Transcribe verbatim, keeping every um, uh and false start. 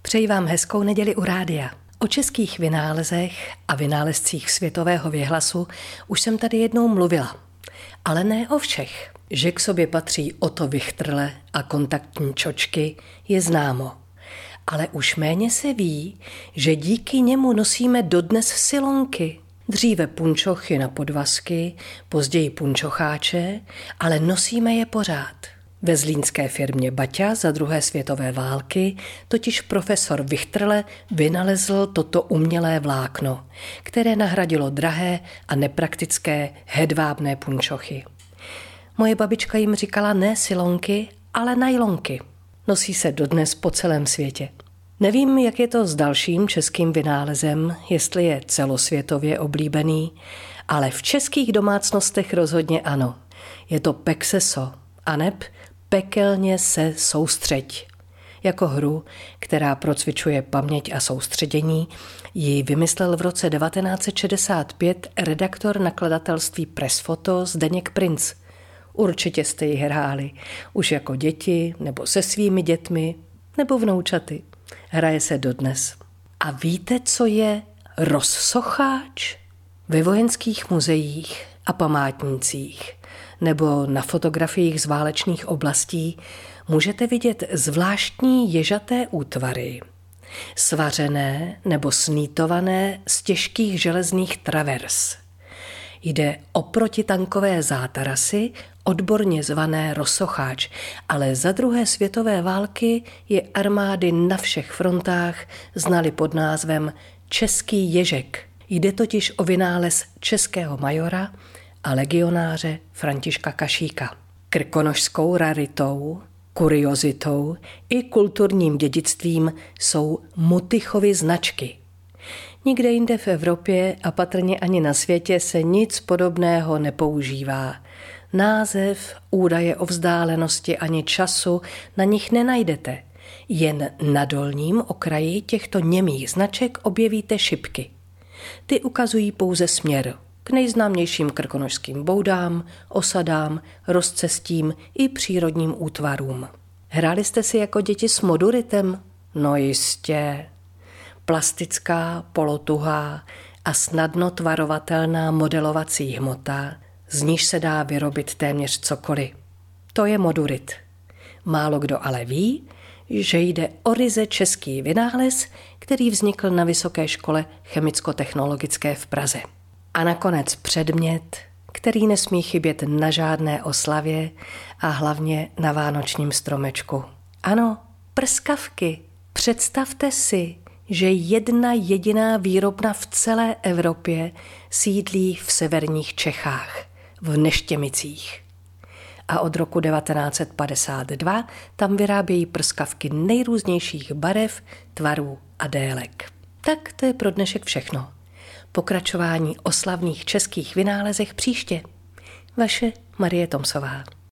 Přeji vám hezkou neděli u rádia. O českých vynálezech a vynálezcích světového věhlasu už jsem tady jednou mluvila. Ale ne o všech. Že k sobě patří Otto Wichterle a kontaktní čočky je známo. Ale už méně se ví, že díky němu nosíme dodnes silonky. Dříve punčochy na podvazky, později punčocháče, ale nosíme je pořád. Ve zlínské firmě Baťa za druhé světové války totiž profesor Wichterle vynalezl toto umělé vlákno, které nahradilo drahé a nepraktické hedvábné punčochy. Moje babička jim říkala ne silonky, ale najlonky. Nosí se dodnes po celém světě. Nevím, jak je to s dalším českým vynálezem, jestli je celosvětově oblíbený, ale v českých domácnostech rozhodně ano. Je to pekseso, aneb pekelně se soustřeď. Jako hru, která procvičuje paměť a soustředění, ji vymyslel v roce devatenáct set šedesát pět redaktor nakladatelství Pressfoto Zdeněk Princ. Určitě jste ji hráli, už jako děti, nebo se svými dětmi, nebo vnoučaty. Hraje se dodnes. A víte, co je rozsocháč? Ve vojenských muzeích a památnících nebo na fotografiích z válečných oblastí můžete vidět zvláštní ježaté útvary, svařené nebo snítované z těžkých železných travers. Jde o protitankové zátarasy, odborně zvané rozsocháč, ale za druhé světové války je armády na všech frontách znali pod názvem Český ježek. Jde totiž o vynález českého majora a legionáře Františka Kašíka. Krkonošskou raritou, kuriozitou i kulturním dědictvím jsou Mutichovy značky. Nikde jinde v Evropě a patrně ani na světě se nic podobného nepoužívá. Název, údaje o vzdálenosti ani času na nich nenajdete. Jen na dolním okraji těchto němých značek objevíte šipky. Ty ukazují pouze směr k nejznámějším krkonošským boudám, osadám, rozcestím i přírodním útvarům. Hráli jste si jako děti s moduritem? No jistě. Plastická, polotuhá a snadno tvarovatelná modelovací hmota, z níž se dá vyrobit téměř cokoliv. To je modurit. Málo kdo ale ví, že jde o ryze český vynález, který vznikl na Vysoké škole chemicko-technologické v Praze. A nakonec předmět, který nesmí chybět na žádné oslavě a hlavně na vánočním stromečku. Ano, prskavky. Představte si, že jedna jediná výrobna v celé Evropě sídlí v severních Čechách, v Neštěmicích. A od roku devatenáct set padesát dva tam vyrábějí prskavky nejrůznějších barev, tvarů a délek. Tak to je pro dnešek všechno. Pokračování o slavných českých vynálezech příště. Vaše Marie Tomsová.